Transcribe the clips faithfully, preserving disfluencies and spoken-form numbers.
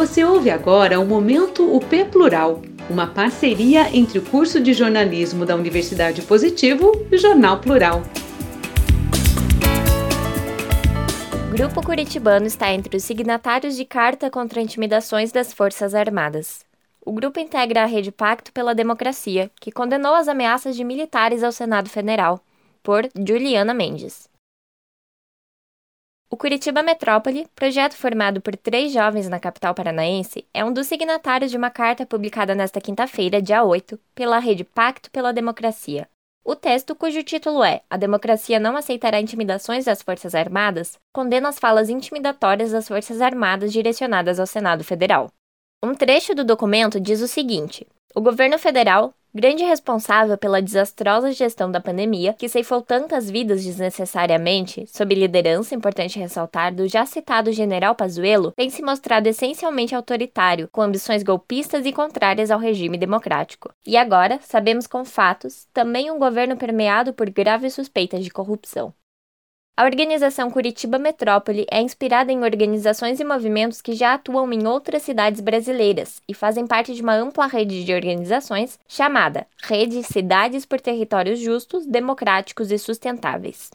Você ouve agora o Momento U P Plural, uma parceria entre o curso de jornalismo da Universidade Positivo e o Jornal Plural. O Grupo Curitibano está entre os signatários de Carta contra Intimidações das Forças Armadas. O grupo integra a Rede Pacto pela Democracia, que condenou as ameaças de militares ao Senado Federal, por Juliana Mendes. O Curitiba Metrópole, projeto formado por três jovens na capital paranaense, é um dos signatários de uma carta publicada nesta quinta-feira, dia oito, pela Rede Pacto pela Democracia. O texto, cujo título é A Democracia não aceitará intimidações das Forças Armadas, condena as falas intimidatórias das Forças Armadas direcionadas ao Senado Federal. Um trecho do documento diz o seguinte: o governo federal, grande responsável pela desastrosa gestão da pandemia, que ceifou tantas vidas desnecessariamente, sob liderança, importante ressaltar, do já citado general Pazuello, tem se mostrado essencialmente autoritário, com ambições golpistas e contrárias ao regime democrático. E agora, sabemos com fatos, também um governo permeado por graves suspeitas de corrupção. A organização Curitiba Metrópole é inspirada em organizações e movimentos que já atuam em outras cidades brasileiras e fazem parte de uma ampla rede de organizações chamada Rede Cidades por Territórios Justos, Democráticos e Sustentáveis.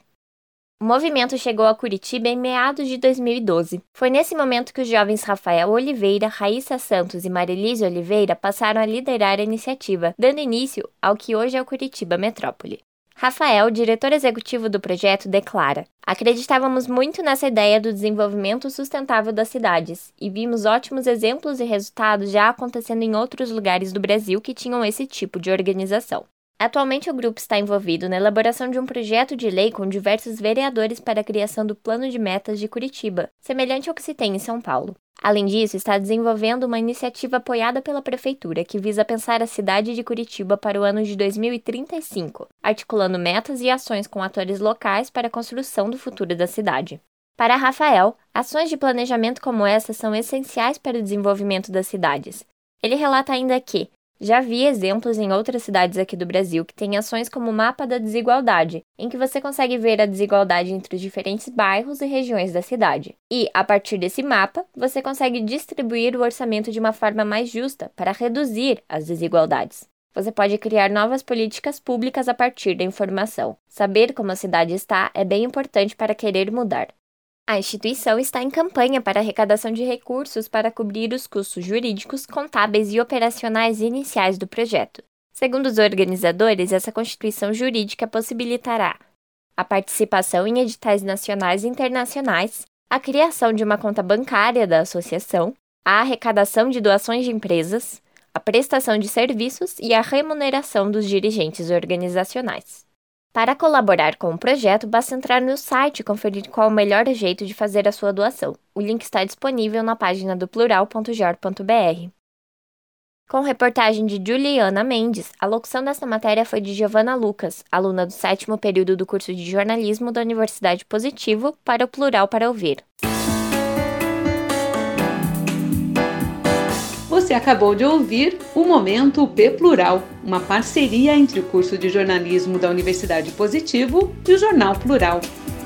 O movimento chegou a Curitiba em meados de dois mil e doze. Foi nesse momento que os jovens Rafael Oliveira, Raíssa Santos e Marilise Oliveira passaram a liderar a iniciativa, dando início ao que hoje é o Curitiba Metrópole. Rafael, diretor executivo do projeto, declara: acreditávamos muito nessa ideia do desenvolvimento sustentável das cidades e vimos ótimos exemplos e resultados já acontecendo em outros lugares do Brasil que tinham esse tipo de organização. Atualmente, o grupo está envolvido na elaboração de um projeto de lei com diversos vereadores para a criação do Plano de Metas de Curitiba, semelhante ao que se tem em São Paulo. Além disso, está desenvolvendo uma iniciativa apoiada pela Prefeitura que visa pensar a cidade de Curitiba para o ano de dois mil e trinta e cinco, articulando metas e ações com atores locais para a construção do futuro da cidade. Para Rafael, ações de planejamento como essa são essenciais para o desenvolvimento das cidades. Ele relata ainda que já vi exemplos em outras cidades aqui do Brasil que têm ações como o Mapa da Desigualdade, em que você consegue ver a desigualdade entre os diferentes bairros e regiões da cidade. E, a partir desse mapa, você consegue distribuir o orçamento de uma forma mais justa para reduzir as desigualdades. Você pode criar novas políticas públicas a partir da informação. Saber como a cidade está é bem importante para querer mudar. A instituição está em campanha para arrecadação de recursos para cobrir os custos jurídicos, contábeis e operacionais iniciais do projeto. Segundo os organizadores, essa constituição jurídica possibilitará a participação em editais nacionais e internacionais, a criação de uma conta bancária da associação, a arrecadação de doações de empresas, a prestação de serviços e a remuneração dos dirigentes organizacionais. Para colaborar com o projeto, basta entrar no site e conferir qual o melhor jeito de fazer a sua doação. O link está disponível na página do plural ponto jor ponto br. Com reportagem de Juliana Mendes, a locução desta matéria foi de Giovana Lucas, aluna do sétimo período do curso de jornalismo da Universidade Positivo, para o Plural para Ouvir. Você acabou de ouvir o Momento U P Plural, uma parceria entre o curso de jornalismo da Universidade Positivo e o Jornal Plural.